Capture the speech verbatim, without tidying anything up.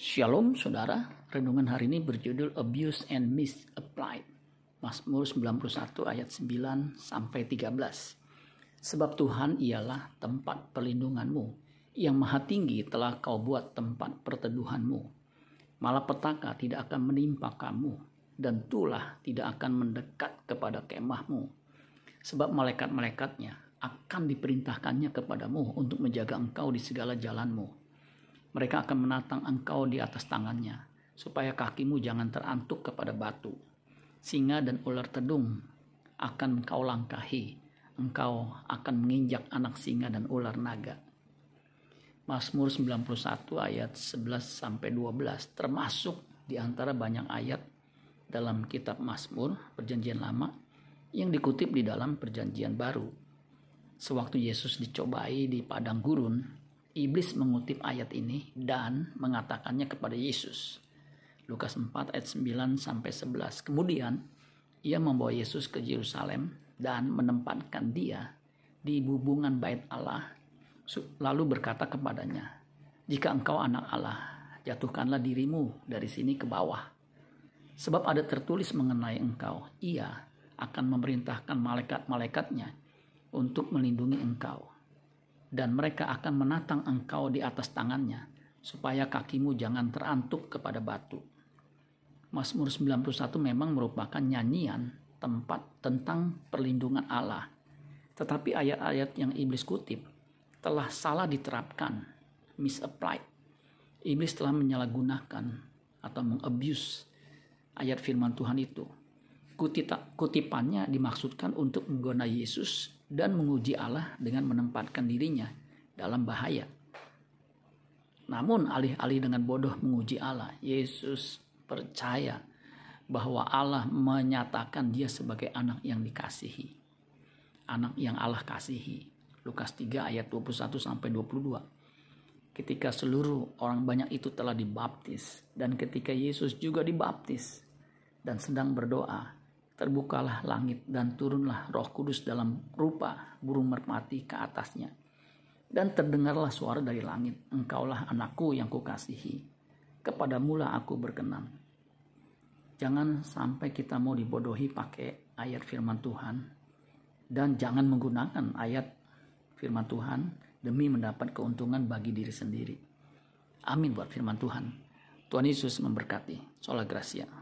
Shalom saudara, renungan hari ini berjudul Abuse and Misapplied. Mazmur sembilan puluh satu ayat sembilan sampai tiga belas. Sebab Tuhan ialah tempat perlindunganmu, yang maha tinggi telah kau buat tempat perteduhanmu. Malapetaka tidak akan menimpa kamu, dan tulah tidak akan mendekat kepada kemahmu. Sebab malaikat-malaikatnya akan diperintahkannya kepadamu untuk menjaga engkau di segala jalanmu. Mereka akan menatang engkau di atas tangannya, supaya kakimu jangan terantuk kepada batu. Singa dan ular tedung akan engkau langkahi, engkau akan menginjak anak singa dan ular naga. Mazmur sembilan puluh satu ayat sebelas sampai dua belas termasuk di antara banyak ayat dalam kitab Mazmur Perjanjian Lama yang dikutip di dalam Perjanjian Baru. Sewaktu Yesus dicobai di padang gurun, Iblis mengutip ayat ini dan mengatakannya kepada Yesus. Lukas empat ayat sembilan sampai sebelas. Kemudian ia membawa Yesus ke Yerusalem dan menempatkan dia di bubungan bait Allah, lalu berkata kepadanya, "Jika engkau anak Allah, jatuhkanlah dirimu dari sini ke bawah. Sebab ada tertulis mengenai engkau, ia akan memerintahkan malaikat-malaikatnya untuk melindungi engkau. Dan mereka akan menatang engkau di atas tangannya, supaya kakimu jangan terantuk kepada batu." Mazmur sembilan puluh satu memang merupakan nyanyian tempat tentang perlindungan Allah. Tetapi ayat-ayat yang iblis kutip telah salah diterapkan, misapplied. Iblis telah menyalahgunakan atau mengabuse ayat firman Tuhan itu. Kutipannya dimaksudkan untuk menggodai Yesus dan menguji Allah dengan menempatkan dirinya dalam bahaya. Namun alih-alih dengan bodoh menguji Allah, Yesus percaya bahwa Allah menyatakan dia sebagai anak yang dikasihi. Anak yang Allah kasihi. Lukas tiga ayat dua puluh satu sampai dua puluh dua. Ketika seluruh orang banyak itu telah dibaptis dan ketika Yesus juga dibaptis dan sedang berdoa, terbukalah langit dan turunlah Roh Kudus dalam rupa burung merpati ke atasnya. Dan terdengarlah suara dari langit, "Engkaulah anakku yang kukasihi, kepadamulah aku berkenan." Jangan sampai kita mau dibodohi pakai ayat firman Tuhan, dan jangan menggunakan ayat firman Tuhan demi mendapat keuntungan bagi diri sendiri. Amin buat firman Tuhan. Tuhan Yesus memberkati. Sola Gracia.